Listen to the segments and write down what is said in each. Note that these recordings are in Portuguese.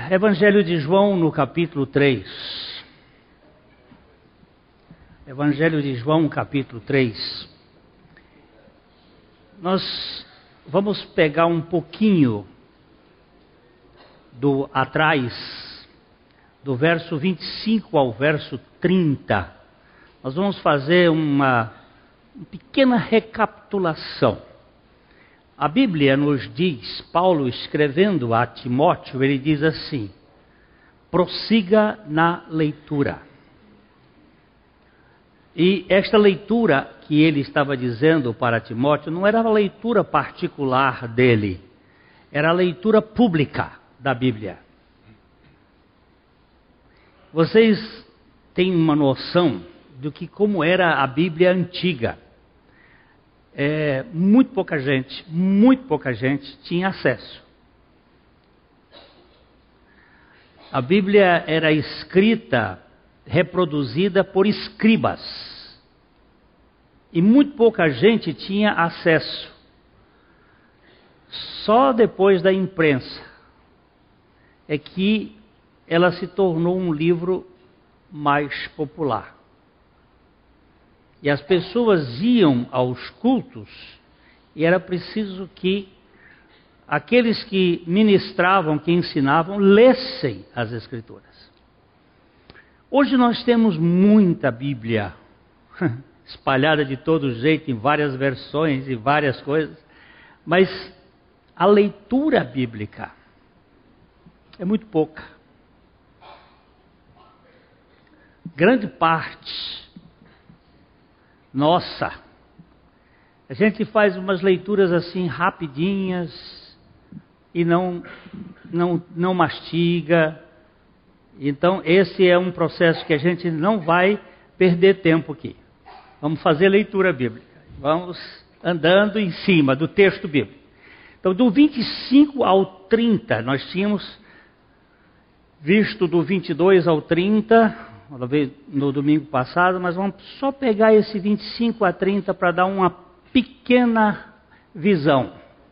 Evangelho de João, no capítulo 3. Evangelho de João, capítulo 3. Nós vamos pegar um pouquinho do atrás, do verso 25 ao verso 30. Nós vamos fazer uma pequena recapitulação. A Bíblia nos diz, Paulo escrevendo a Timóteo, ele diz assim: prossiga na leitura. E esta leitura que ele estava dizendo para Timóteo não era a leitura particular dele, era a leitura pública da Bíblia. Vocês têm uma noção do que como era a Bíblia antiga. Muito pouca gente tinha acesso. A Bíblia era escrita, reproduzida por escribas. E muito pouca gente tinha acesso. Só depois da imprensa é que ela se tornou um livro mais popular. E as pessoas iam aos cultos e era preciso que aqueles que ministravam, que ensinavam, lessem as Escrituras. Hoje nós temos muita Bíblia espalhada de todo jeito, em várias versões e várias coisas, mas a leitura bíblica é muito pouca. Grande parte nossa, a gente faz umas leituras assim rapidinhas e não mastiga. Então esse é um processo que a gente não vai perder tempo aqui. Vamos fazer leitura bíblica, vamos andando em cima do texto bíblico. Então do 25 ao 30, nós tínhamos visto do 22 ao 30, no domingo passado, mas vamos só pegar esse 25 a 30 para dar uma pequena visão.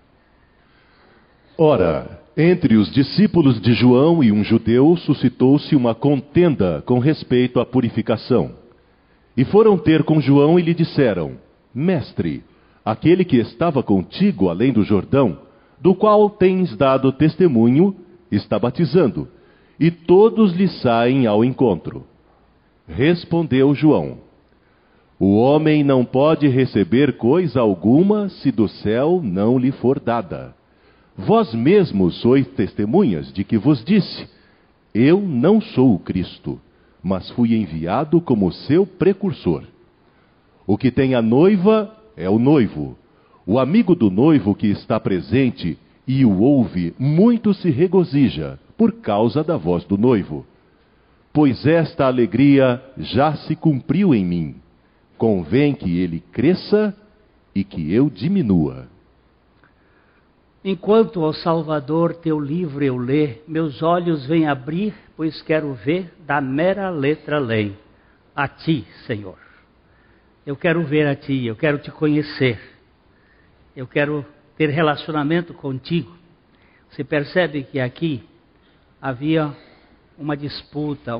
Ora, entre os discípulos de João e um judeu suscitou-se uma contenda com respeito à purificação. E foram ter com João e lhe disseram: Mestre, aquele que estava contigo além do Jordão, do qual tens dado testemunho, está batizando, e todos lhe saem ao encontro. Respondeu João: o homem não pode receber coisa alguma se do céu não lhe for dada. Vós mesmos sois testemunhas de que vos disse: eu não sou o Cristo, mas fui enviado como seu precursor. O que tem a noiva é o noivo. O amigo do noivo que está presente e o ouve, muito se regozija por causa da voz do noivo. Pois esta alegria já se cumpriu em mim. Convém que ele cresça e que eu diminua. Enquanto ao Salvador teu livro eu ler, meus olhos vêm abrir, pois quero ver da mera letra além. A ti, Senhor. Eu quero ver a ti, eu quero te conhecer. Eu quero ter relacionamento contigo. Você percebe que aqui havia uma disputa,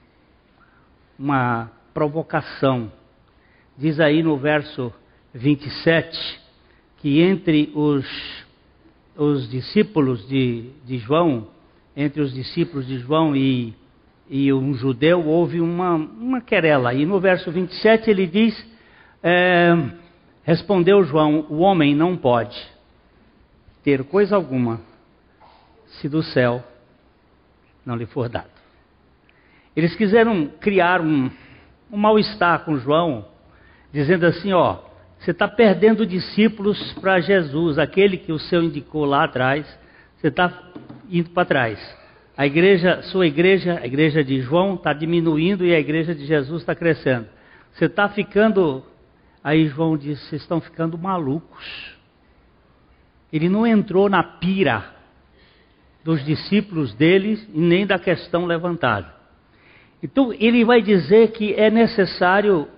uma provocação. Diz aí no verso 27 que entre os discípulos de João, entre os discípulos de João e um judeu, houve uma querela. E no verso 27 ele diz, respondeu João: o homem não pode ter coisa alguma se do céu não lhe for dado. Eles quiseram criar um mal-estar com João, dizendo assim: ó, você está perdendo discípulos para Jesus, aquele que o Senhor indicou lá atrás, você está indo para trás. A igreja de João está diminuindo e a igreja de Jesus está crescendo. Você está ficando... Aí João disse: vocês estão ficando malucos. Ele não entrou na pira dos discípulos deles e nem da questão levantada. Então ele vai dizer que é necessário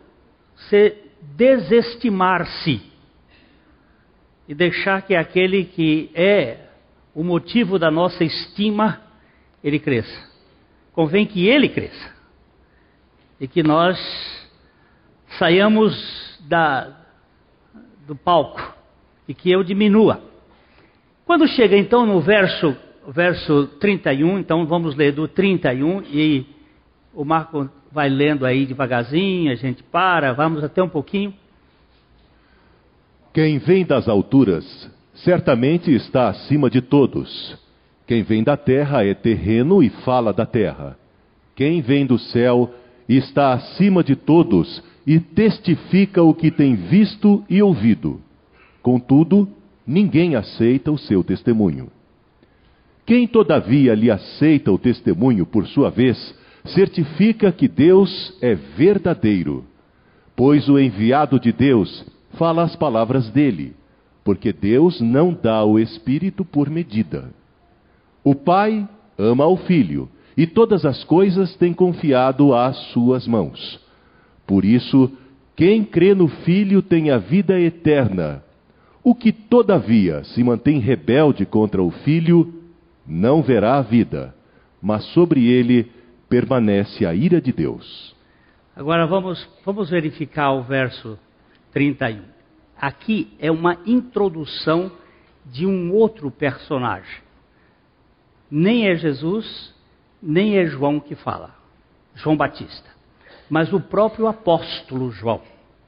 desestimar-se e deixar que aquele que é o motivo da nossa estima, ele cresça. Convém que ele cresça. E que nós saiamos do palco. E que eu diminua. Quando chega então no verso 31, então vamos ler do 31 e o Marco vai lendo aí devagarzinho, a gente vamos até um pouquinho. Quem vem das alturas, certamente está acima de todos. Quem vem da terra é terreno e fala da terra. Quem vem do céu está acima de todos e testifica o que tem visto e ouvido. Contudo, ninguém aceita o seu testemunho. Quem, todavia, lhe aceita o testemunho por sua vez, certifica que Deus é verdadeiro, pois o enviado de Deus fala as palavras dele, porque Deus não dá o Espírito por medida. O Pai ama o Filho, e todas as coisas tem confiado às suas mãos. Por isso, quem crê no Filho tem a vida eterna. O que, todavia, se mantém rebelde contra o Filho, não verá a vida, mas sobre ele permanece a ira de Deus. Agora vamos verificar o verso 31. Aqui é uma introdução de um outro personagem. Nem é Jesus, nem é João que fala, João Batista, mas o próprio apóstolo João.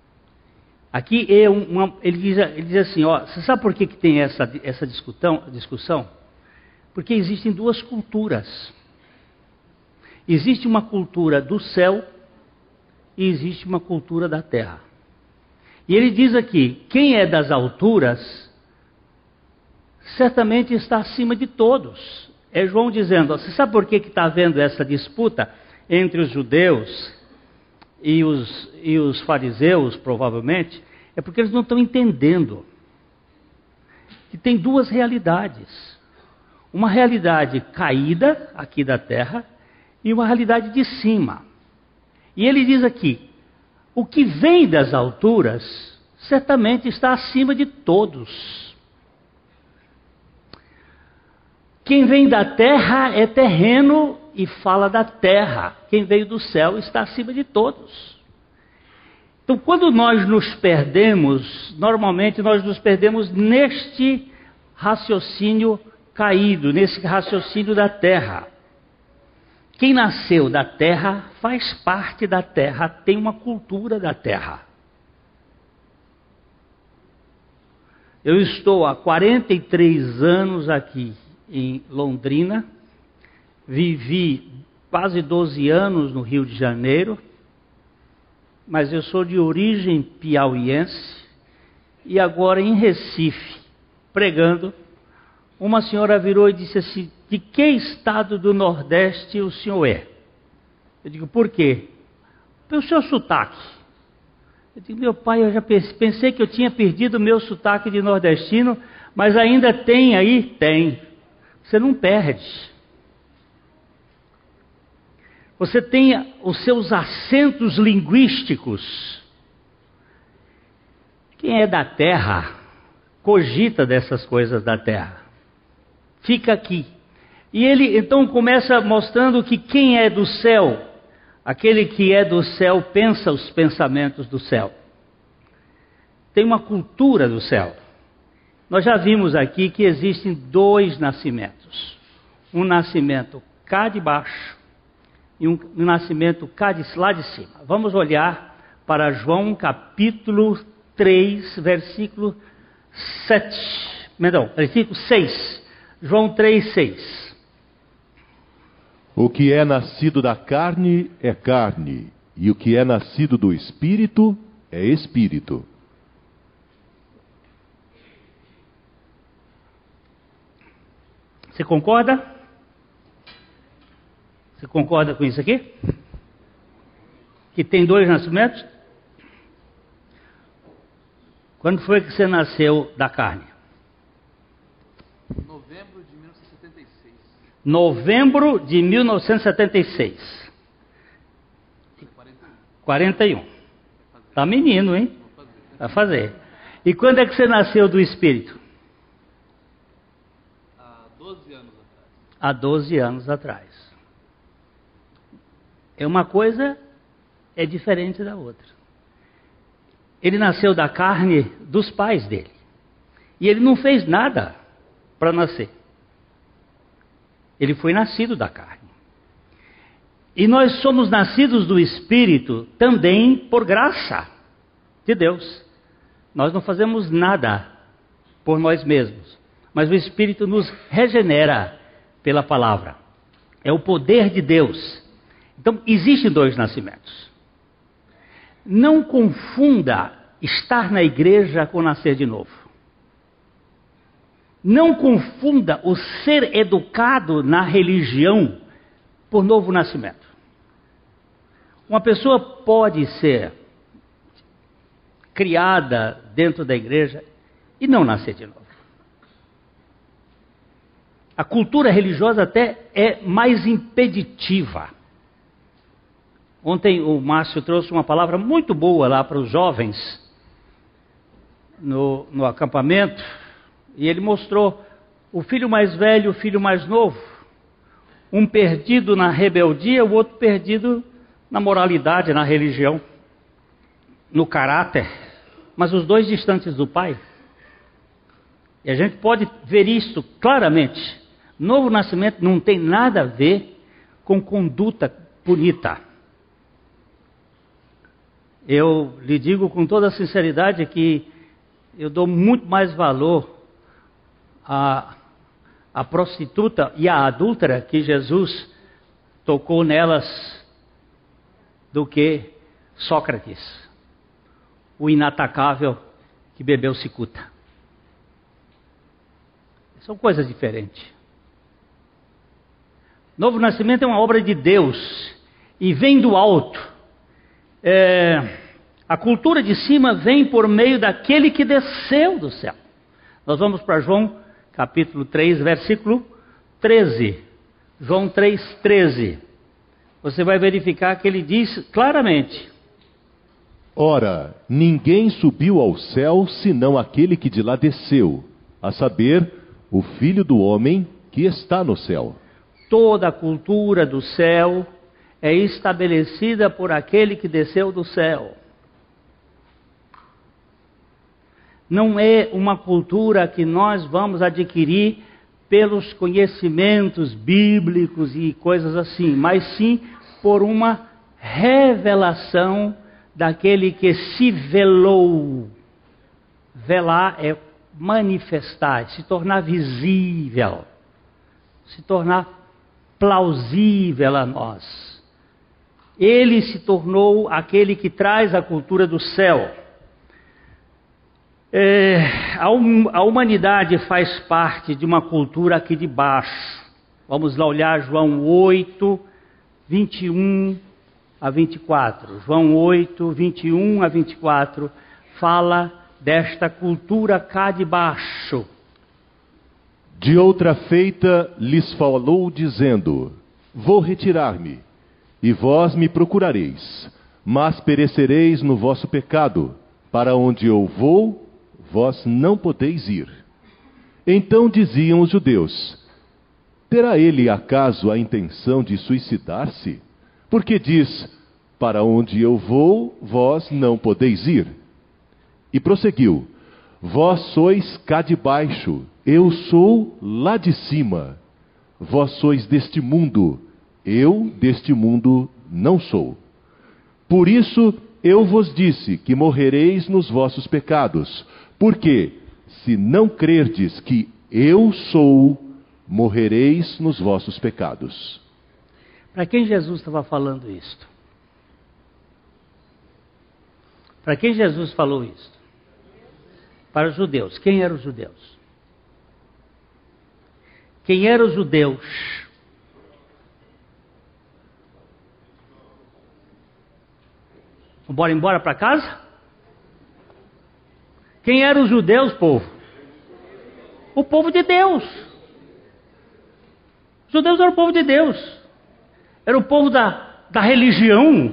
Aqui ele diz assim, você sabe por que tem essa discussão? Porque existem duas culturas. Existe uma cultura do céu e existe uma cultura da terra. E ele diz aqui, quem é das alturas, certamente está acima de todos. É João dizendo, você sabe por que está havendo essa disputa entre os judeus e os fariseus, provavelmente? É porque eles não estão entendendo que tem duas realidades. Uma realidade caída aqui da terra e uma realidade de cima. E ele diz aqui, o que vem das alturas certamente está acima de todos. Quem vem da terra é terreno e fala da terra. Quem veio do céu está acima de todos. Então, quando nós nos perdemos, normalmente nós nos perdemos neste raciocínio caído, nesse raciocínio da terra. Quem nasceu da terra faz parte da terra, tem uma cultura da terra. Eu estou há 43 anos aqui em Londrina, vivi quase 12 anos no Rio de Janeiro, mas eu sou de origem piauiense e agora em Recife, pregando, uma senhora virou e disse assim, de que estado do Nordeste o senhor é? Eu digo, por quê? Pelo seu sotaque. Eu digo, meu pai, eu já pensei que eu tinha perdido o meu sotaque de nordestino, mas ainda tem aí? Tem. Você não perde. Você tem os seus acentos linguísticos. Quem é da terra, cogita dessas coisas da terra. Fica aqui. E ele então começa mostrando que quem é do céu, aquele que é do céu pensa os pensamentos do céu. Tem uma cultura do céu. Nós já vimos aqui que existem dois nascimentos. Um nascimento cá de baixo e um nascimento lá de cima. Vamos olhar para João capítulo 3, versículo 7. Perdão, versículo 6. João 3, 6. O que é nascido da carne é carne, e o que é nascido do Espírito é Espírito. Você concorda? Você concorda com isso aqui? Que tem dois nascimentos? Quando foi que você nasceu da carne? Novembro de 1976. Novembro de 1976. 41. Tá menino, hein? Vai fazer. E quando é que você nasceu do Espírito? Há 12 anos atrás. há 12 anos atrás. Uma coisa é diferente da outra. Ele nasceu da carne dos pais dele. E ele não fez nada para nascer. Ele foi nascido da carne. E nós somos nascidos do Espírito também por graça de Deus. Nós não fazemos nada por nós mesmos, mas o Espírito nos regenera pela palavra. É o poder de Deus. Então, existem dois nascimentos. Não confunda estar na igreja com nascer de novo. Não confunda o ser educado na religião por novo nascimento. Uma pessoa pode ser criada dentro da igreja e não nascer de novo. A cultura religiosa até é mais impeditiva. Ontem o Márcio trouxe uma palavra muito boa lá para os jovens no acampamento, e ele mostrou o filho mais velho e o filho mais novo, um perdido na rebeldia, o outro perdido na moralidade, na religião, no caráter, mas os dois distantes do Pai. E a gente pode ver isso claramente. Novo nascimento não tem nada a ver com conduta bonita. Eu lhe digo com toda sinceridade que eu dou muito mais valor à prostituta e à adúltera que Jesus tocou nelas do que Sócrates, o inatacável que bebeu cicuta. São coisas diferentes. Novo nascimento é uma obra de Deus e vem do alto. A cultura de cima vem por meio daquele que desceu do céu. Nós vamos para João capítulo 3, versículo 13. João 3, 13. Você vai verificar que ele diz claramente: Ora, ninguém subiu ao céu senão aquele que de lá desceu, a saber, o Filho do Homem que está no céu. Toda a cultura do céu é estabelecida por aquele que desceu do céu. Não é uma cultura que nós vamos adquirir pelos conhecimentos bíblicos e coisas assim, mas sim por uma revelação daquele que se velou. Velar é manifestar, se tornar visível, se tornar plausível a nós. Ele se tornou aquele que traz a cultura do céu. A humanidade faz parte de uma cultura aqui de baixo. Vamos lá olhar João 8, 21 a 24. João 8, 21 a 24 fala desta cultura cá de baixo. De outra feita lhes falou dizendo: Vou retirar-me, e vós me procurareis, mas perecereis no vosso pecado. Para onde eu vou, vós não podeis ir. Então diziam os judeus: Terá ele acaso a intenção de suicidar-se? Porque diz: Para onde eu vou, vós não podeis ir. E prosseguiu: Vós sois cá de baixo, eu sou lá de cima. Vós sois deste mundo, eu deste mundo não sou. Por isso eu vos disse que morrereis nos vossos pecados, porque se não crerdes que eu sou, morrereis nos vossos pecados. Para quem Jesus estava falando isto? Para quem Jesus falou isto? Para os judeus. Quem eram os judeus? Quem eram os judeus? Bora embora para casa? Quem eram os judeus, povo? O povo de Deus. Os judeus eram o povo de Deus. Era o povo da religião.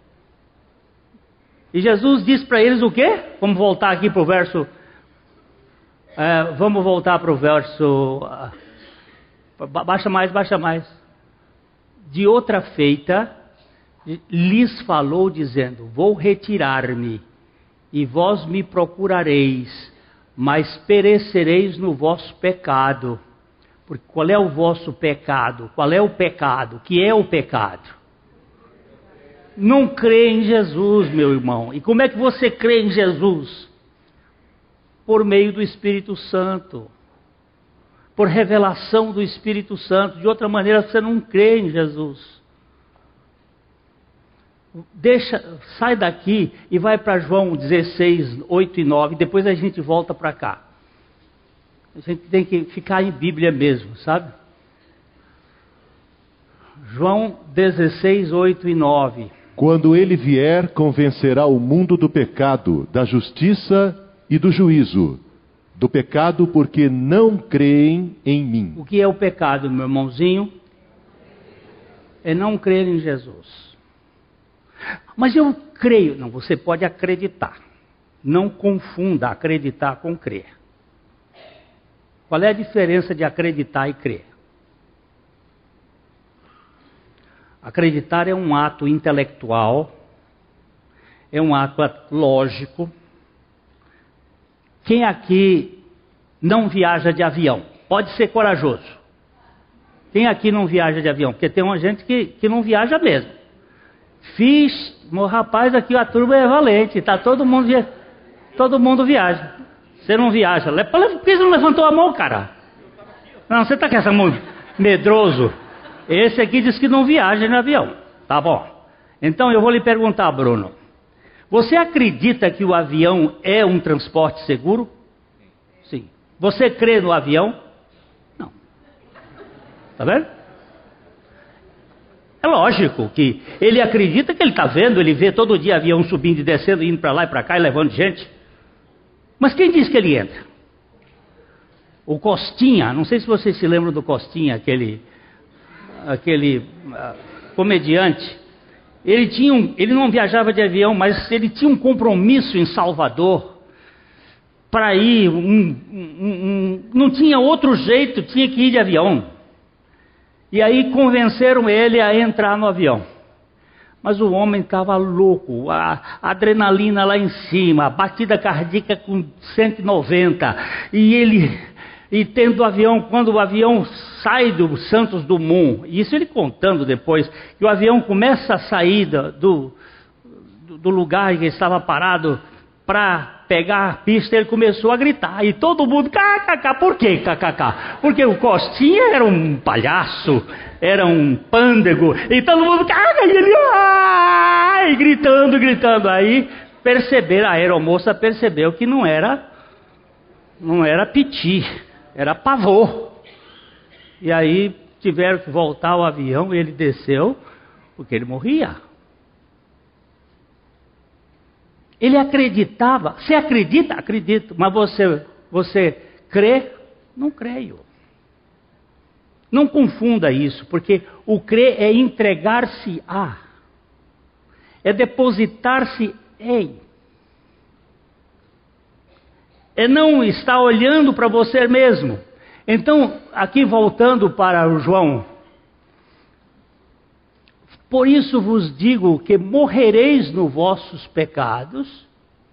E Jesus disse para eles o quê? Vamos voltar aqui para o verso... vamos voltar para o verso Baixa mais, baixa mais. De outra feita, lhes falou dizendo: vou retirar-me, e vós me procurareis, mas perecereis no vosso pecado. Porque qual é o vosso pecado? Qual é o pecado? Que é o pecado? Não crê em Jesus, meu irmão. E como é que você crê em Jesus? Por meio do Espírito Santo. Por revelação do Espírito Santo. De outra maneira você não crê em Jesus. Sai daqui e vai para João 16, 8 e 9. Depois a gente volta para cá. A gente tem que ficar em Bíblia mesmo, sabe? João 16, 8 e 9. Quando ele vier, convencerá o mundo do pecado, da justiça e do juízo. Do pecado porque não creem em mim. O que é o pecado, meu irmãozinho? É não crer em Jesus. Mas eu creio. Não, você pode acreditar. Não confunda acreditar com crer. Qual é a diferença de acreditar e crer? Acreditar é um ato intelectual, é um ato lógico. Quem aqui não viaja de avião? Pode ser corajoso. Quem aqui não viaja de avião? Porque tem uma gente que não viaja mesmo. Meu rapaz, aqui a turma é valente, tá todo mundo viaja. Você não viaja. Por que você não levantou a mão, cara? Não, você está com essa mão medroso. Esse aqui diz que não viaja no avião. Tá bom. Então eu vou lhe perguntar, Bruno. Você acredita que o avião é um transporte seguro? Sim. Você crê no avião? Não. Tá vendo? É lógico que ele acredita que ele está vendo, ele vê todo dia avião subindo e descendo, indo para lá e para cá e levando gente. Mas quem diz que ele entra? O Costinha, não sei se vocês se lembram do Costinha, aquele comediante. Ele não viajava de avião, mas ele tinha um compromisso em Salvador para ir. Não tinha outro jeito, tinha que ir de avião. E aí convenceram ele a entrar no avião. Mas o homem estava louco, a adrenalina lá em cima, a batida cardíaca com 190. E tendo o avião, quando o avião sai do Santos Dumont, isso ele contando depois, que o avião começa a sair do lugar em que estava parado para pegar a pista, ele começou a gritar. E todo mundo, kkk, por quê kkk? Porque o Costinha era um palhaço, era um pândego, e todo mundo, e ele, ai, gritando. Aí a aeromoça percebeu que não era piti, era pavor. E aí tiveram que voltar ao avião e ele desceu, porque ele morria. Ele acreditava. Você acredita? Acredito. Mas você crê? Não creio. Não confunda isso, porque o crer é entregar-se a. É depositar-se em. É não estar olhando para você mesmo. Então, aqui voltando para o João. Por isso vos digo que morrereis nos vossos pecados.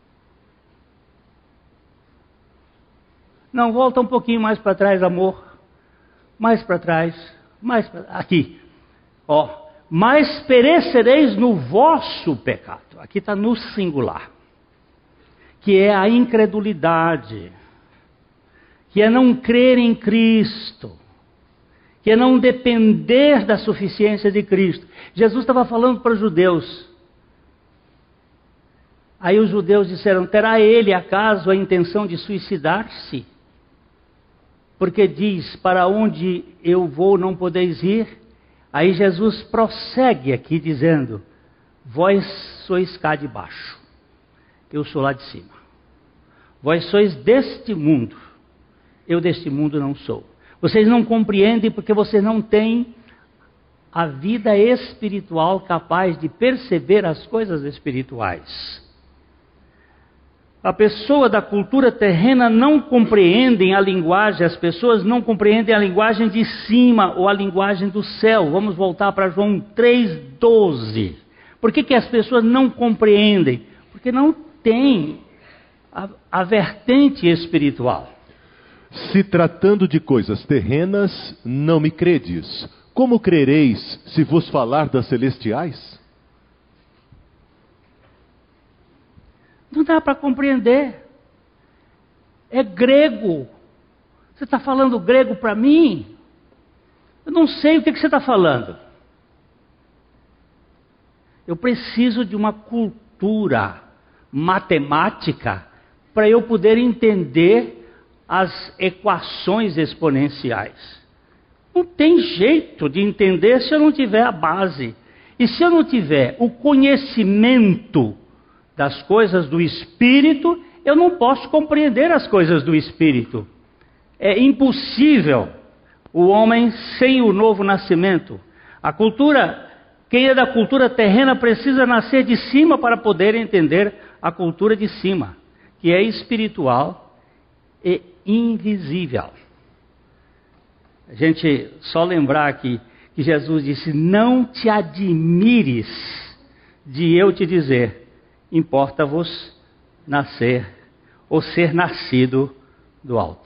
Não, volta um pouquinho mais para trás, amor. Mais para trás. Aqui. Mas perecereis no vosso pecado. Aqui está no singular. Que é a incredulidade. Que é não crer em Cristo. Que é não depender da suficiência de Cristo. Jesus estava falando para os judeus. Aí os judeus disseram, terá ele acaso a intenção de suicidar-se? Porque diz, para onde eu vou não podeis ir. Aí Jesus prossegue aqui dizendo, vós sois cá de baixo, eu sou lá de cima. Vós sois deste mundo, eu deste mundo não sou. Vocês não compreendem porque vocês não têm a vida espiritual capaz de perceber as coisas espirituais. A pessoa da cultura terrena não compreendem a linguagem, as pessoas não compreendem a linguagem de cima ou a linguagem do céu. Vamos voltar para João 3,12. Por que as pessoas não compreendem? Porque não têm a vertente espiritual. Se tratando de coisas terrenas, não me credes. Como crereis se vos falar das celestiais? Não dá para compreender. É grego. Você está falando grego para mim? Eu não sei o que você está falando. Eu preciso de uma cultura matemática para eu poder entender as equações exponenciais. Não tem jeito de entender se eu não tiver a base. E se eu não tiver o conhecimento das coisas do Espírito, eu não posso compreender as coisas do Espírito. É impossível o homem sem o novo nascimento. Quem é da cultura terrena precisa nascer de cima para poder entender a cultura de cima, que é espiritual e invisível. A gente só lembrar aqui que Jesus disse: não te admires de eu te dizer, importa-vos nascer ou ser nascido do alto.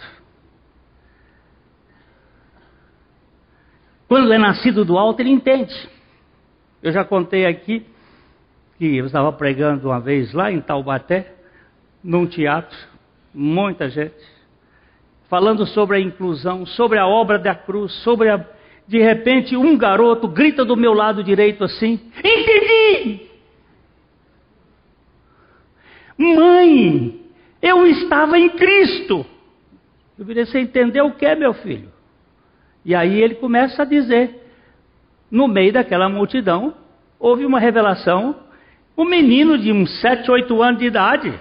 Quando é nascido do alto, ele entende. Eu já contei aqui que eu estava pregando uma vez lá em Taubaté, num teatro, muita gente, falando sobre a inclusão, sobre a obra da cruz, de repente um garoto grita do meu lado direito assim: entendi! Mãe, eu estava em Cristo. Eu virei: você entendeu o que, meu filho? E aí ele começa a dizer, no meio daquela multidão, houve uma revelação, um menino de uns 7, 8 anos de idade.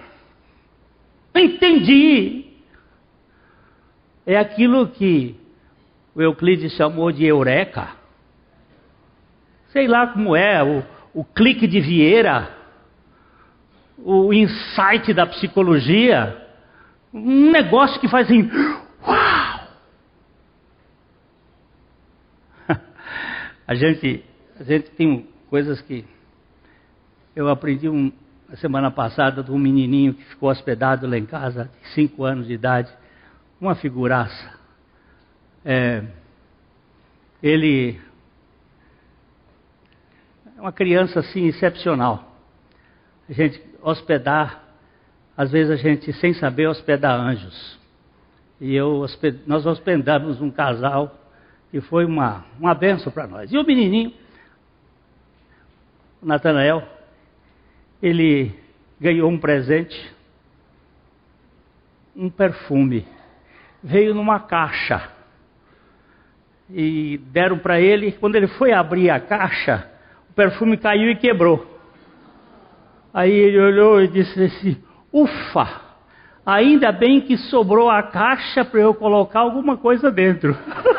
Entendi. É aquilo que o Euclides chamou de eureka. Sei lá como é, o clique de Vieira, o insight da psicologia, um negócio que faz assim, uau! A gente tem coisas que eu aprendi na semana passada de um menininho que ficou hospedado lá em casa, de 5 anos de idade, uma figuraça. Ele é uma criança assim excepcional. A gente hospedar, às vezes a gente sem saber hospedar anjos. E nós hospedamos um casal que foi uma bênção para nós. E o menininho, o Natanael, ele ganhou um presente, um perfume. Veio numa caixa. E deram para ele. Quando ele foi abrir a caixa, o perfume caiu e quebrou. Aí ele olhou e disse assim: ufa, ainda bem que sobrou a caixa para eu colocar alguma coisa dentro.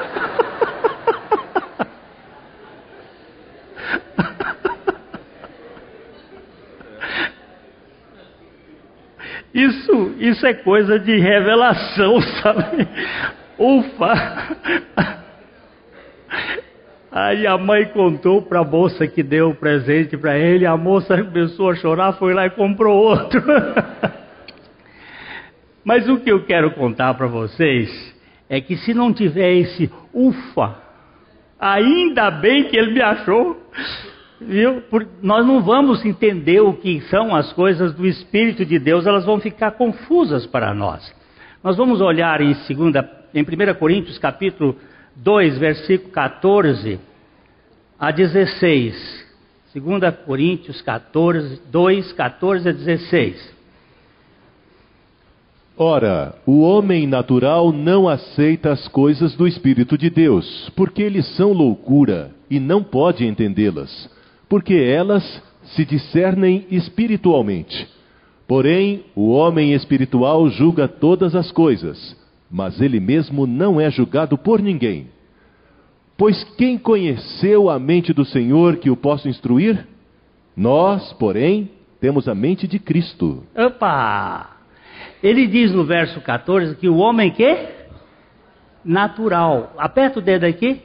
Isso é coisa de revelação, sabe? Ufa! Aí a mãe contou para a moça que deu o presente para ele, a moça começou a chorar, foi lá e comprou outro. Mas o que eu quero contar para vocês é que se não tiver esse ufa, ainda bem que ele me achou, viu? Nós não vamos entender o que são as coisas do Espírito de Deus, elas vão ficar confusas para nós. Nós vamos olhar em 1 Coríntios capítulo 2, versículo 14 a 16. 2 Coríntios 2, 14 a 16. Ora, o homem natural não aceita as coisas do Espírito de Deus, porque eles são loucura, e não pode entendê-las, porque elas se discernem espiritualmente. Porém, o homem espiritual julga todas as coisas, mas ele mesmo não é julgado por ninguém. Pois quem conheceu a mente do Senhor que o possa instruir? Nós, porém, temos a mente de Cristo. Opa! Ele diz no verso 14 que o homem que? Natural. Aperta o dedo aqui.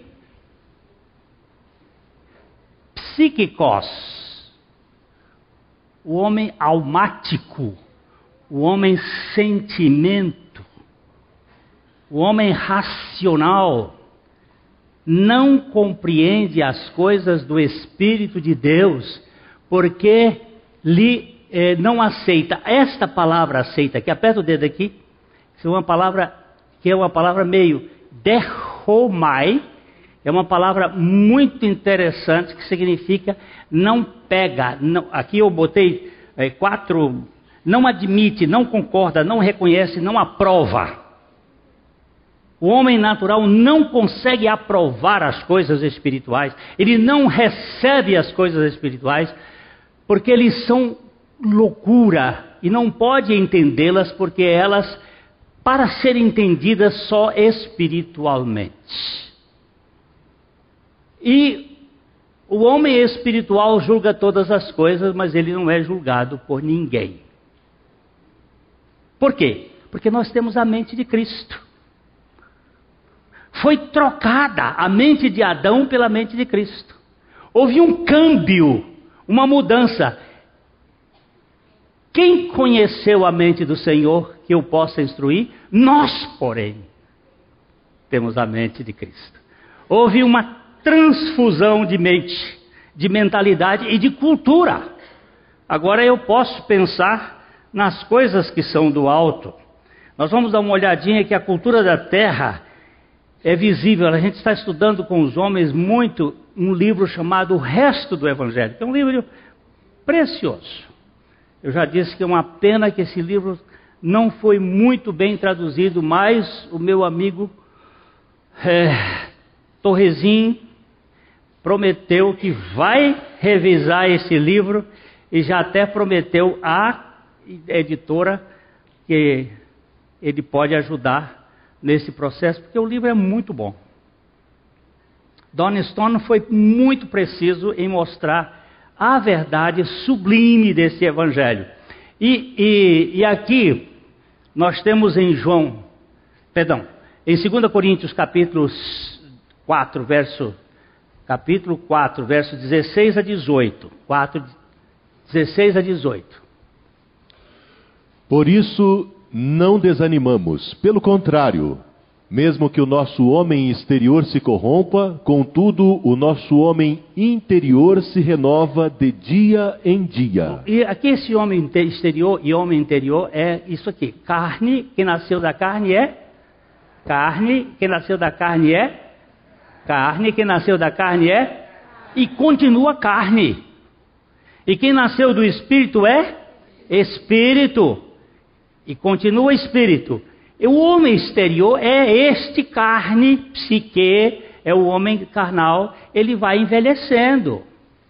Psíquicos. O homem almático. O homem sentimento. O homem racional. Não compreende as coisas do Espírito de Deus, porque não aceita. Esta palavra aceita, que aperta o dedo aqui, é uma palavra que é uma palavra meio derromai, é uma palavra muito interessante que significa não pega. Não, aqui eu botei 4, não admite, não concorda, não reconhece, não aprova. O homem natural não consegue aprovar as coisas espirituais, ele não recebe as coisas espirituais, porque eles são loucura e não pode entendê-las, porque elas, para serem entendidas só espiritualmente. E o homem espiritual julga todas as coisas, mas ele não é julgado por ninguém. Por quê? Porque nós temos a mente de Cristo. Foi trocada a mente de Adão pela mente de Cristo. Houve um câmbio, uma mudança. Quem conheceu a mente do Senhor que eu possa instruir? Nós, porém, temos a mente de Cristo. Houve uma transfusão de mente, de mentalidade e de cultura. Agora eu posso pensar nas coisas que são do alto. Nós vamos dar uma olhadinha que a cultura da terra é visível. A gente está estudando com os homens muito um livro chamado O Resto do Evangelho, que é um livro precioso. Eu já disse que é uma pena que esse livro não foi muito bem traduzido, mas o meu amigo Torrezinho prometeu que vai revisar esse livro e já até prometeu à editora que ele pode ajudar nesse processo, porque o livro é muito bom. Don Stone foi muito preciso em mostrar a verdade sublime desse evangelho. E aqui nós temos em em 2 Coríntios capítulo 4, verso 16 a 18. 4, 16 a 18. Por isso não desanimamos, pelo contrário, mesmo que o nosso homem exterior se corrompa, contudo o nosso homem interior se renova de dia em dia. E aqui esse homem exterior e homem interior é isso aqui: carne, que nasceu da carne é carne, que nasceu da carne é carne, que nasceu da carne é e continua carne. E quem nasceu do Espírito é Espírito. E continua espírito. E o homem exterior é este carne, psique, é o homem carnal, ele vai envelhecendo.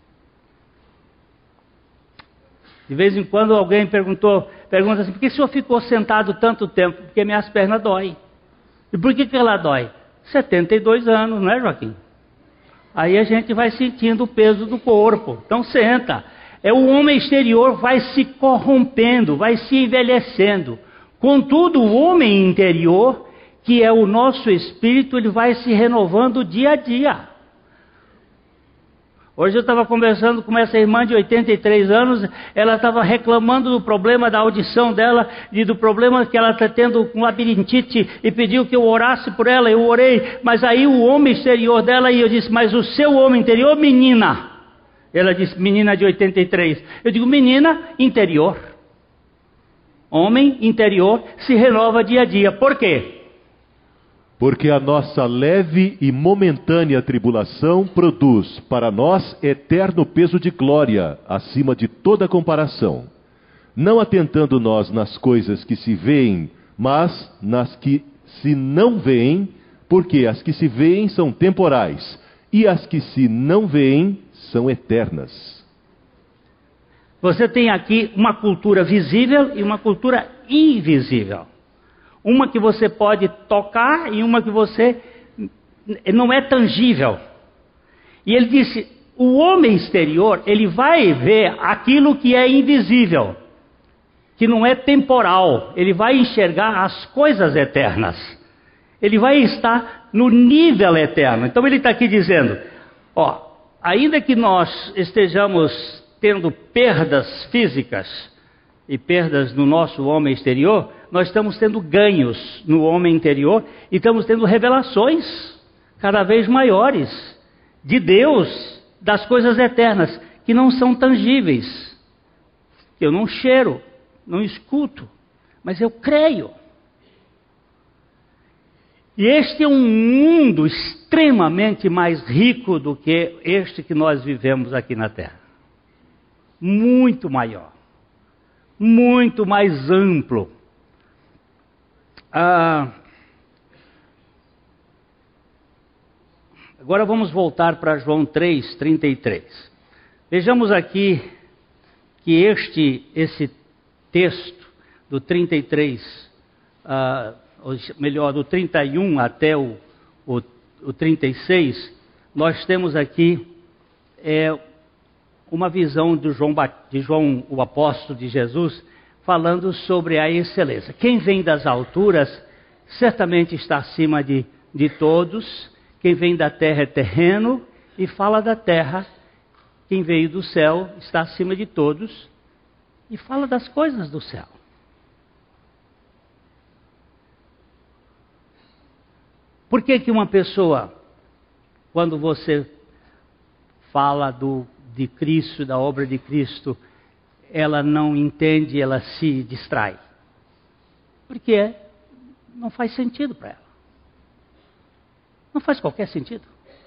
De vez em quando alguém pergunta assim: por que o senhor ficou sentado tanto tempo? Porque minhas pernas doem. E por que ela dói? 72 anos, não é, Joaquim? Aí a gente vai sentindo o peso do corpo. Então senta. O homem exterior vai se corrompendo, vai se envelhecendo. Contudo, o homem interior, que é o nosso espírito, ele vai se renovando dia a dia. Hoje eu estava conversando com essa irmã de 83 anos, ela estava reclamando do problema da audição dela, e do problema que ela está tendo com labirintite, e pediu que eu orasse por ela. Eu orei, mas aí o homem exterior dela, e eu disse: mas o seu homem interior, menina? Ela disse: menina de 83. Eu digo: menina interior. Homem interior se renova dia a dia. Por quê? Porque a nossa leve e momentânea tribulação produz para nós eterno peso de glória, acima de toda comparação. Não atentando nós nas coisas que se veem, mas nas que se não veem, porque as que se veem são temporais, e as que se não veem são eternas. Você tem aqui uma cultura visível e uma cultura invisível. Uma que você pode tocar e uma que você não é tangível. E ele disse: o homem exterior, ele vai ver aquilo que é invisível, que não é temporal. Ele vai enxergar as coisas eternas. Ele vai estar no nível eterno. Então ele está aqui dizendo, ó, ainda que nós estejamos tendo perdas físicas e perdas no nosso homem exterior, nós estamos tendo ganhos no homem interior e estamos tendo revelações cada vez maiores de Deus, das coisas eternas, que não são tangíveis. Eu não cheiro, não escuto, mas eu creio. E este é um mundo extremamente mais rico do que este que nós vivemos aqui na Terra. Muito maior. Muito mais amplo. Agora vamos voltar para João 3:33. Vejamos aqui que esse texto do 33, ou melhor, do 31 até o 36, nós temos aqui uma visão de João, o apóstolo de Jesus, falando sobre a excelência. Quem vem das alturas certamente está acima de todos. Quem vem da terra é terreno e fala da terra. Quem veio do céu está acima de todos e fala das coisas do céu. Por que que uma pessoa, quando você fala de Cristo, da obra de Cristo, ela não entende, ela se distrai? Porque não faz sentido para ela. Não faz qualquer sentido.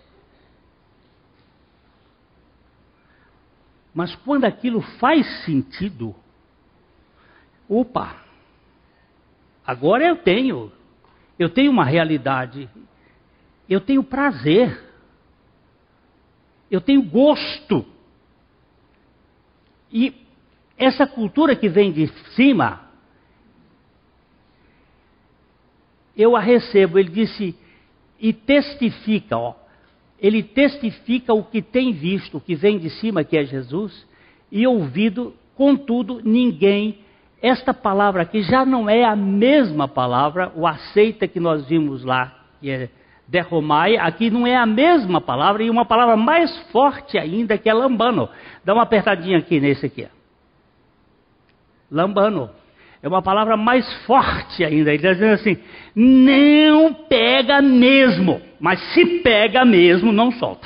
Mas quando aquilo faz sentido, opa, agora eu tenho uma realidade, eu tenho prazer, eu tenho gosto. E essa cultura que vem de cima, eu a recebo. Ele disse, e testifica, ele testifica o que tem visto, o que vem de cima, que é Jesus, e ouvido, contudo, ninguém. Esta palavra aqui já não é a mesma palavra, o aceita que nós vimos lá, que é derromai, aqui não é a mesma palavra, e uma palavra mais forte ainda, que é lambano. Dá uma apertadinha aqui nesse aqui. Lambano. É uma palavra mais forte ainda. Ele está dizendo assim, não pega mesmo, mas se pega mesmo, não solta.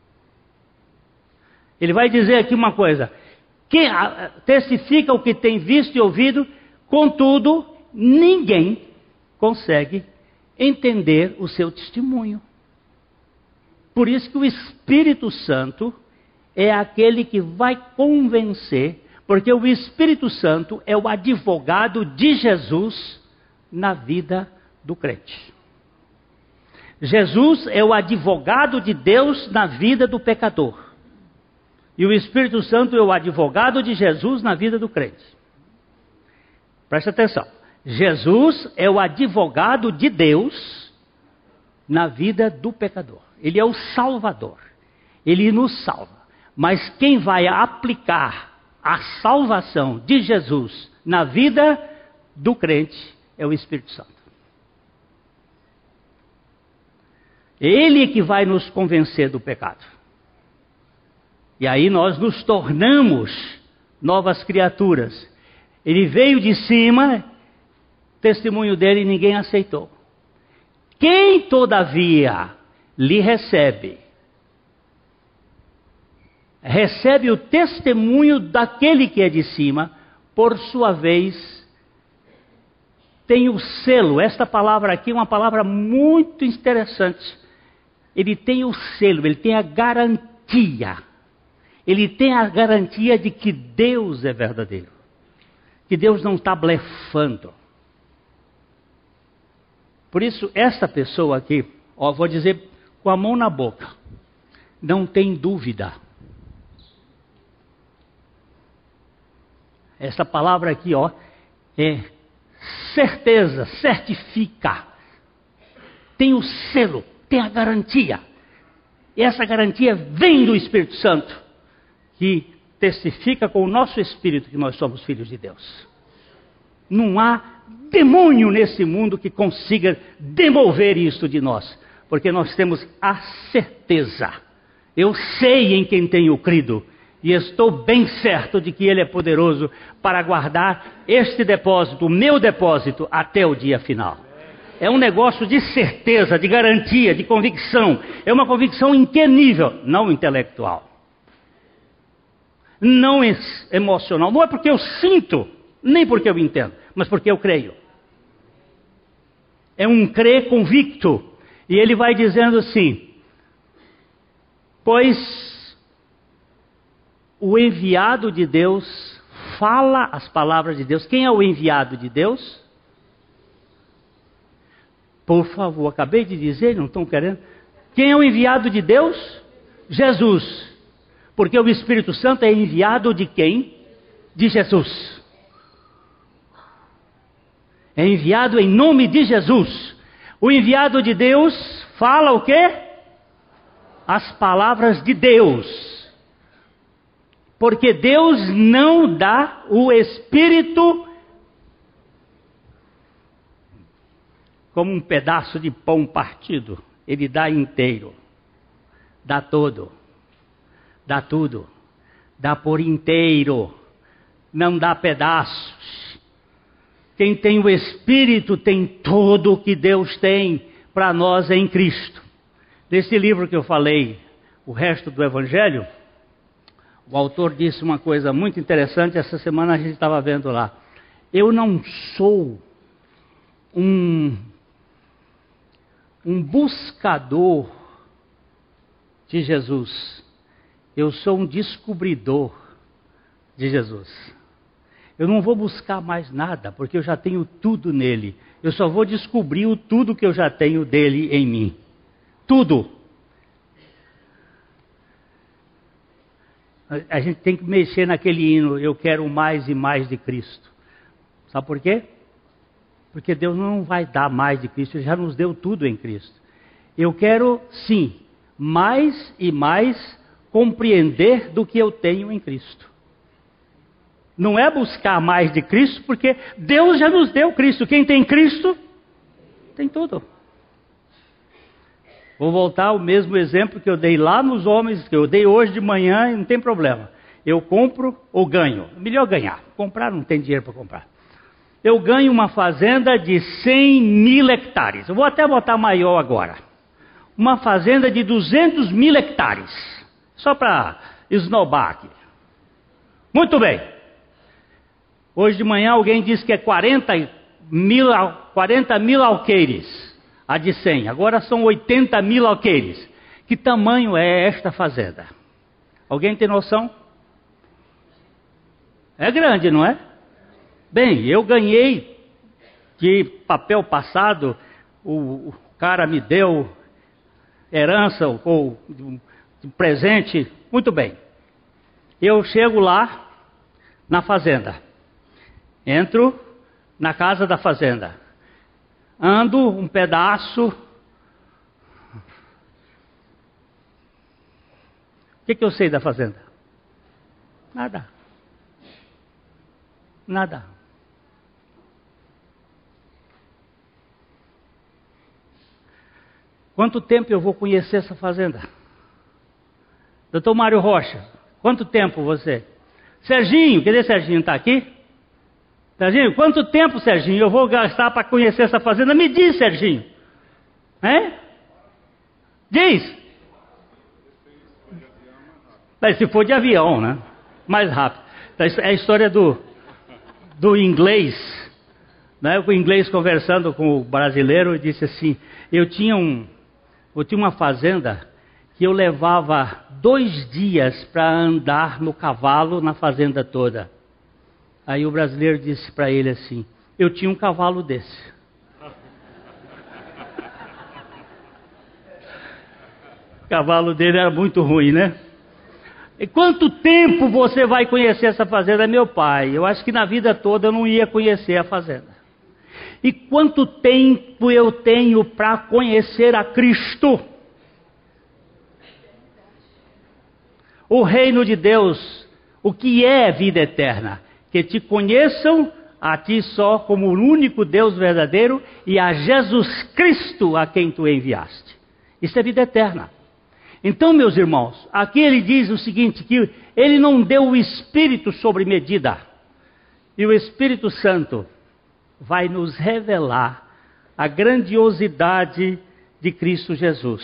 Ele vai dizer aqui uma coisa, que testifica o que tem visto e ouvido, contudo, ninguém consegue entender o seu testemunho. Por isso que o Espírito Santo é aquele que vai convencer, porque o Espírito Santo é o advogado de Jesus na vida do crente. Jesus é o advogado de Deus na vida do pecador. E o Espírito Santo é o advogado de Jesus na vida do crente. Presta atenção. Jesus é o advogado de Deus na vida do pecador. Ele é o Salvador. Ele nos salva. Mas quem vai aplicar a salvação de Jesus na vida do crente é o Espírito Santo. Ele é que vai nos convencer do pecado. E aí nós nos tornamos novas criaturas. Ele veio de cima, testemunho dele ninguém aceitou. Quem todavia lhe recebe o testemunho daquele que é de cima, por sua vez, tem o selo. Esta palavra aqui é uma palavra muito interessante. Ele tem o selo, ele tem a garantia. Ele tem a garantia de que Deus é verdadeiro. Que Deus não está blefando. Por isso, essa pessoa aqui, vou dizer com a mão na boca, não tem dúvida. Essa palavra aqui, é certeza, certifica. Tem o selo, tem a garantia. E essa garantia vem do Espírito Santo, que testifica com o nosso espírito que nós somos filhos de Deus. Não há demônio nesse mundo que consiga demover isto de nós, porque nós temos a certeza. Eu sei em quem tenho crido, e estou bem certo de que Ele é poderoso para guardar este depósito, o meu depósito, até o dia final. É um negócio de certeza, de garantia, de convicção. É uma convicção em que nível? Não intelectual. Não emocional. Não é porque eu sinto, nem porque eu entendo, mas porque eu creio. É um crer convicto. E ele vai dizendo assim: pois o enviado de Deus fala as palavras de Deus. Quem é o enviado de Deus? Por favor, acabei de dizer, não estão querendo. Quem é o enviado de Deus? Jesus. Porque o Espírito Santo é enviado de quem? De Jesus. É enviado em nome de Jesus. O enviado de Deus fala o quê? As palavras de Deus. Porque Deus não dá o Espírito como um pedaço de pão partido. Ele dá inteiro. Dá todo. Dá tudo. Dá por inteiro. Não dá pedaços. Quem tem o Espírito tem tudo o que Deus tem para nós em Cristo. Nesse livro que eu falei, o resto do Evangelho, o autor disse uma coisa muito interessante, essa semana a gente estava vendo lá. Eu não sou um buscador de Jesus. Eu sou um descobridor de Jesus. Eu não vou buscar mais nada, porque eu já tenho tudo nele. Eu só vou descobrir o tudo que eu já tenho dele em mim. Tudo. A gente tem que mexer naquele hino, eu quero mais e mais de Cristo. Sabe por quê? Porque Deus não vai dar mais de Cristo, Ele já nos deu tudo em Cristo. Eu quero, sim, mais e mais compreender do que eu tenho em Cristo. Não é buscar mais de Cristo, porque Deus já nos deu Cristo. Quem tem Cristo, tem tudo. Vou voltar ao mesmo exemplo que eu dei lá nos homens, que eu dei hoje de manhã, e não tem problema. Eu compro ou ganho. Melhor ganhar. Comprar não tem dinheiro para comprar. Eu ganho uma fazenda de 100 mil hectares. Eu vou até botar maior agora. Uma fazenda de 200 mil hectares. Só para esnobar aqui. Muito bem. Hoje de manhã alguém disse que é 40 mil alqueires. A de 100. Agora são 80 mil alqueires. Que tamanho é esta fazenda? Alguém tem noção? É grande, não é? Bem, eu ganhei de papel passado, o cara me deu herança ou presente, muito bem. Eu chego lá na fazenda, entro na casa da fazenda, ando um pedaço. O que eu sei da fazenda? Nada. Nada. Quanto tempo eu vou conhecer essa fazenda? Doutor Mário Rocha, quanto tempo você? Serginho, cadê Serginho? Está aqui? Serginho, quanto tempo, Serginho, eu vou gastar para conhecer essa fazenda? Me diz, Serginho. Hein? Diz. Mas se for de avião, né? Mais rápido. É a história do inglês. Né? O inglês conversando com o brasileiro disse assim: eu tinha uma fazenda que eu levava 2 dias para andar no cavalo na fazenda toda. Aí o brasileiro disse para ele assim: eu tinha um cavalo desse. O cavalo dele era muito ruim, né? E quanto tempo você vai conhecer essa fazenda? Meu pai, eu acho que na vida toda eu não ia conhecer a fazenda. E quanto tempo eu tenho para conhecer a Cristo? O reino de Deus, o que é vida eterna? Que te conheçam a ti só como o único Deus verdadeiro e a Jesus Cristo a quem tu enviaste. Isso é vida eterna. Então, meus irmãos, aqui ele diz o seguinte, que ele não deu o Espírito sobre medida. E o Espírito Santo vai nos revelar a grandiosidade de Cristo Jesus.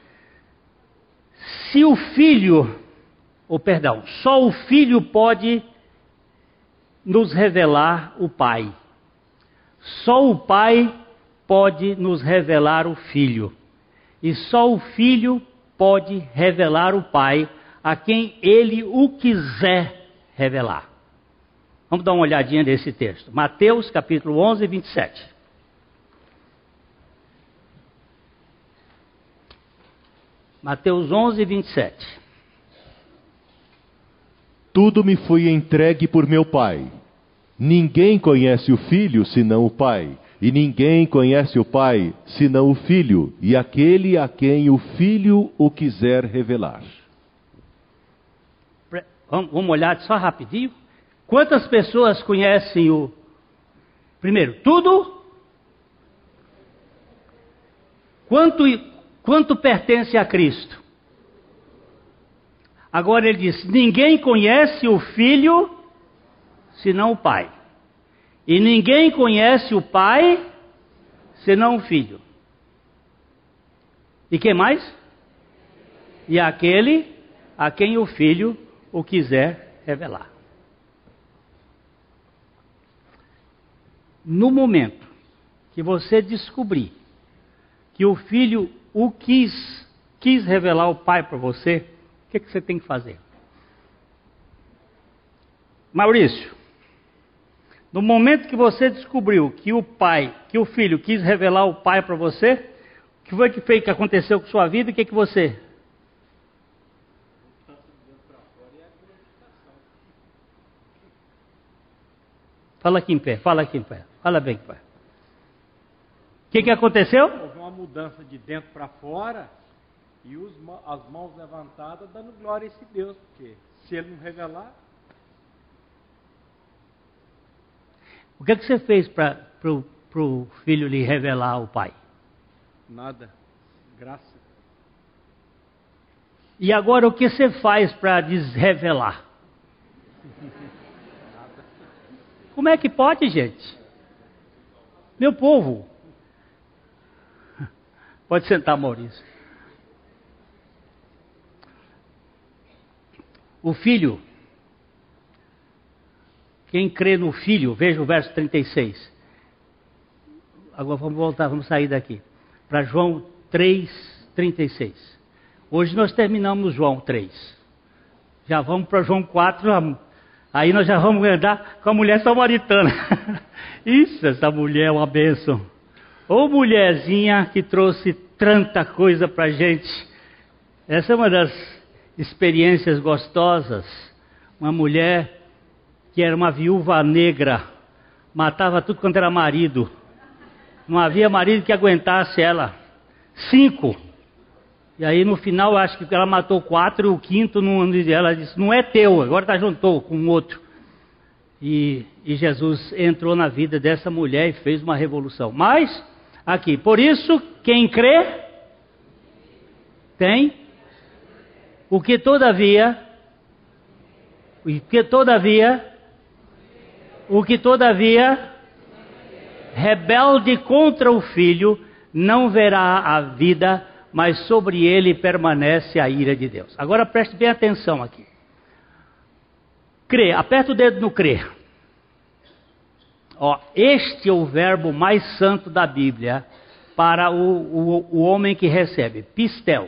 Se o Filho, só o Filho pode nos revelar o Pai. Só o Pai pode nos revelar o Filho. E só o Filho pode revelar o Pai a quem Ele o quiser revelar. Vamos dar uma olhadinha nesse texto. Mateus capítulo 11, 27. Mateus 11, 27. Tudo me foi entregue por meu Pai. Ninguém conhece o Filho senão o Pai. E ninguém conhece o Pai senão o Filho, e aquele a quem o Filho o quiser revelar. Vamos olhar só rapidinho. Quantas pessoas conhecem o... Primeiro, tudo? Quanto pertence a Cristo? Agora ele diz, ninguém conhece o Filho senão o Pai. E ninguém conhece o Pai senão o Filho. E quem mais? E aquele a quem o Filho o quiser revelar. No momento que você descobrir que o Filho o quis revelar o Pai para você, o que você tem que fazer? Maurício, no momento que você descobriu que o Filho quis revelar o Pai para você, o que foi que aconteceu com sua vida? O que você... Fala aqui em pé, fala bem em pé. O que aconteceu? Houve uma mudança de dentro para fora e as mãos levantadas dando glória a esse Deus, porque se ele não revelar... O que você fez para o Filho lhe revelar o Pai? Nada. Graça. E agora o que você faz para desrevelar? Nada. Como é que pode, gente? Meu povo. Pode sentar, Maurício. O Filho... Quem crê no Filho, veja o verso 36. Agora vamos sair daqui. Para João 3, 36. Hoje nós terminamos João 3. Já vamos para João 4, aí nós já vamos andar com a mulher samaritana. Isso, essa mulher é uma bênção. Ô mulherzinha que trouxe tanta coisa para a gente. Essa é uma das experiências gostosas. Uma mulher... que era uma viúva negra, matava tudo quanto era marido. Não havia marido que aguentasse ela. 5. E aí no final, acho que ela matou 4 e o quinto, ela disse, não é teu, agora juntou com outro. E Jesus entrou na vida dessa mulher e fez uma revolução. Mas, aqui, por isso, quem crê, tem o que todavia, rebelde contra o Filho, não verá a vida, mas sobre ele permanece a ira de Deus. Agora preste bem atenção aqui. Crer, aperta o dedo no crer. Este é o verbo mais santo da Bíblia para o homem que recebe. Pistel.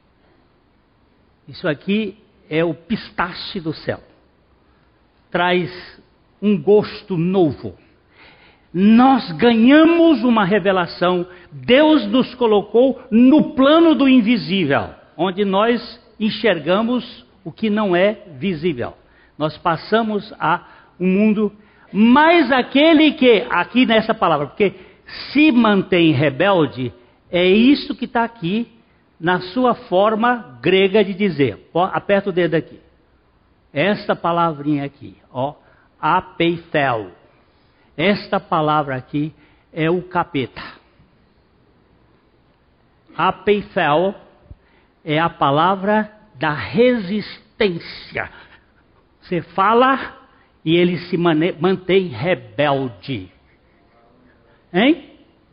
Isso aqui é o pistache do céu. Traz um gosto novo. Nós ganhamos uma revelação. Deus nos colocou no plano do invisível, onde nós enxergamos o que não é visível. Nós passamos a um mundo, mas aquele que, aqui nessa palavra, porque se mantém rebelde, é isso que está aqui na sua forma grega de dizer. Aperta o dedo aqui. Essa palavrinha aqui, apeithel. Esta palavra aqui é o capeta. Apeithel é a palavra da resistência. Você fala e ele se mantém rebelde. Hein?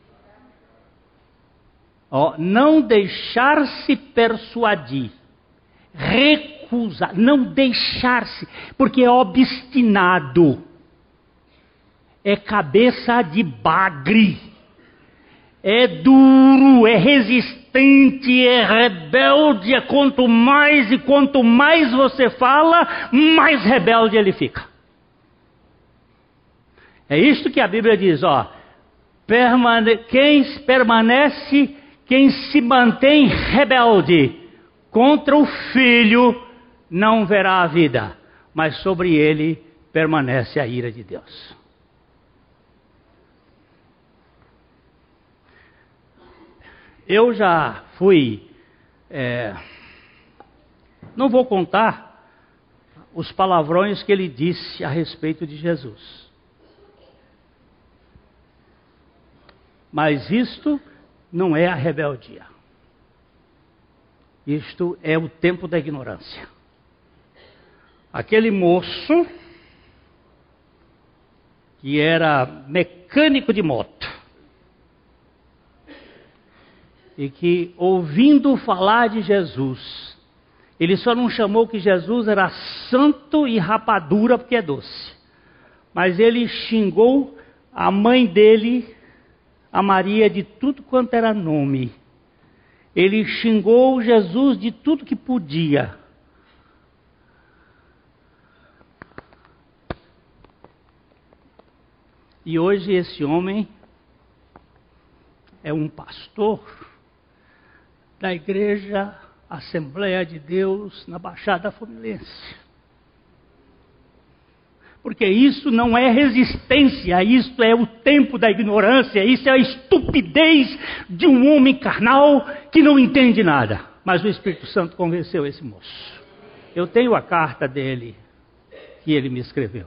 Ó, não deixar-se persuadir. Recusar, não deixar-se, porque é obstinado. É cabeça de bagre. É duro, é resistente, é rebelde. É quanto mais você fala, mais rebelde ele fica. É isto que a Bíblia diz, ó. Quem se mantém rebelde contra o Filho, não verá a vida, mas sobre ele permanece a ira de Deus. Eu já fui, não vou contar os palavrões que ele disse a respeito de Jesus. Mas isto não é a rebeldia. Isto é o tempo da ignorância. Aquele moço que era mecânico de moto e que, ouvindo falar de Jesus, ele só não chamou que Jesus era santo e rapadura porque é doce, mas ele xingou a mãe dele, a Maria, de tudo quanto era nome. Ele xingou Jesus de tudo que podia. E hoje esse homem é um pastor da igreja Assembleia de Deus na Baixada Fluminense. Porque isso não é resistência, isso é o tempo da ignorância, isso é a estupidez de um homem carnal que não entende nada. Mas o Espírito Santo convenceu esse moço. Eu tenho a carta dele, que ele me escreveu.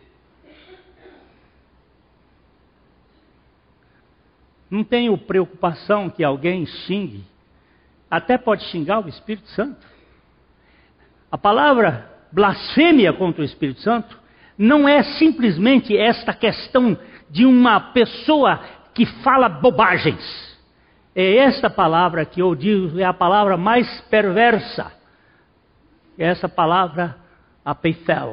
Não tenho preocupação que alguém xingue, até pode xingar o Espírito Santo. A palavra blasfêmia contra o Espírito Santo não é simplesmente esta questão de uma pessoa que fala bobagens. É esta palavra que eu digo, é a palavra mais perversa. É essa palavra apeithel.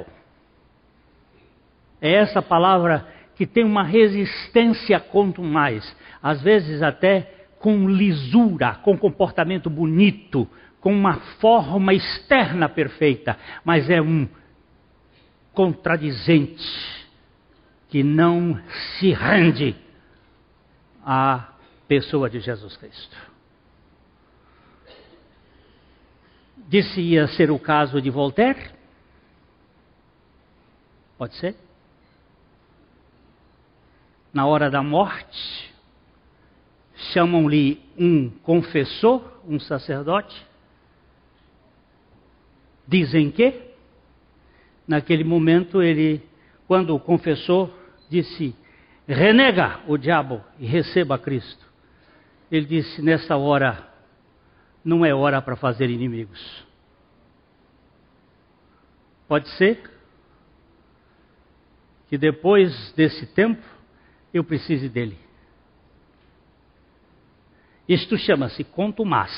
É essa palavra que tem uma resistência quanto mais. Às vezes até com lisura, com comportamento bonito, com uma forma externa perfeita, mas é um contradizente que não se rende à pessoa de Jesus Cristo. Disse ia ser o caso de Voltaire? Pode ser? Na hora da morte, chamam-lhe um confessor, um sacerdote. Dizem que naquele momento ele, quando o confessor disse, renega o diabo e receba Cristo, ele disse, nessa hora, não é hora para fazer inimigos. Pode ser que depois desse tempo, eu precise dele. Isto chama-se contumaz.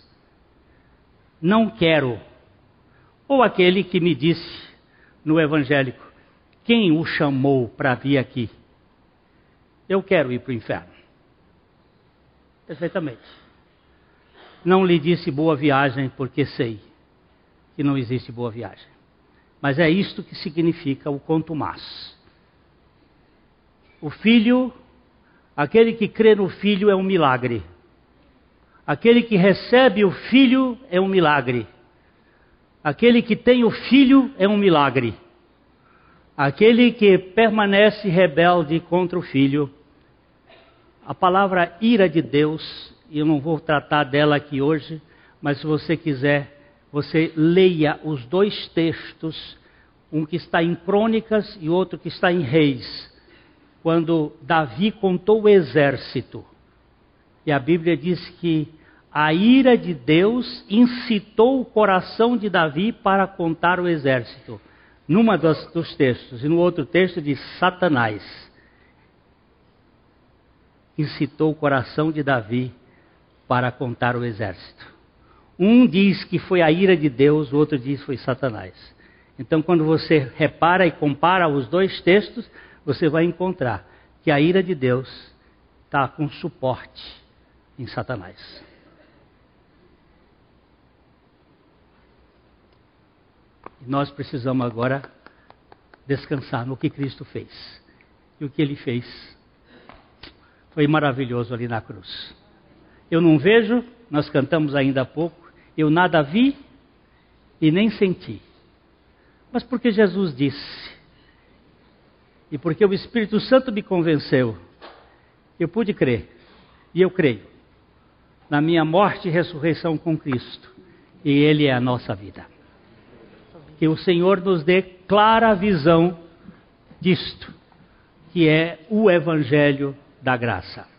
Não quero. Ou aquele que me disse no evangélico, quem o chamou para vir aqui? Eu quero ir para o inferno. Perfeitamente. Não lhe disse boa viagem, porque sei que não existe boa viagem. Mas é isto que significa o contumaz. O filho, aquele que crê no filho é um milagre. Aquele que recebe o filho é um milagre. Aquele que tem o filho é um milagre. Aquele que permanece rebelde contra o filho. A palavra ira de Deus, eu não vou tratar dela aqui hoje, mas se você quiser, você leia os dois textos, um que está em Crônicas e outro que está em Reis. quando Davi contou o exército. E a Bíblia diz que a ira de Deus incitou o coração de Davi para contar o exército. Numa dos textos. E no outro texto diz Satanás incitou o coração de Davi para contar o exército. Um diz que foi a ira de Deus, o outro diz que foi Satanás. Então, quando você repara e compara os dois textos, você vai encontrar que a ira de Deus está com suporte em Satanás. E nós precisamos agora descansar no que Cristo fez. E o que Ele fez foi maravilhoso ali na cruz. Eu não vejo, nós cantamos ainda há pouco, eu nada vi e nem senti. Mas porque Jesus disse, e porque o Espírito Santo me convenceu, eu pude crer, e eu creio, na minha morte e ressurreição com Cristo, e Ele é a nossa vida. Que o Senhor nos dê clara visão disto, que é o Evangelho da graça.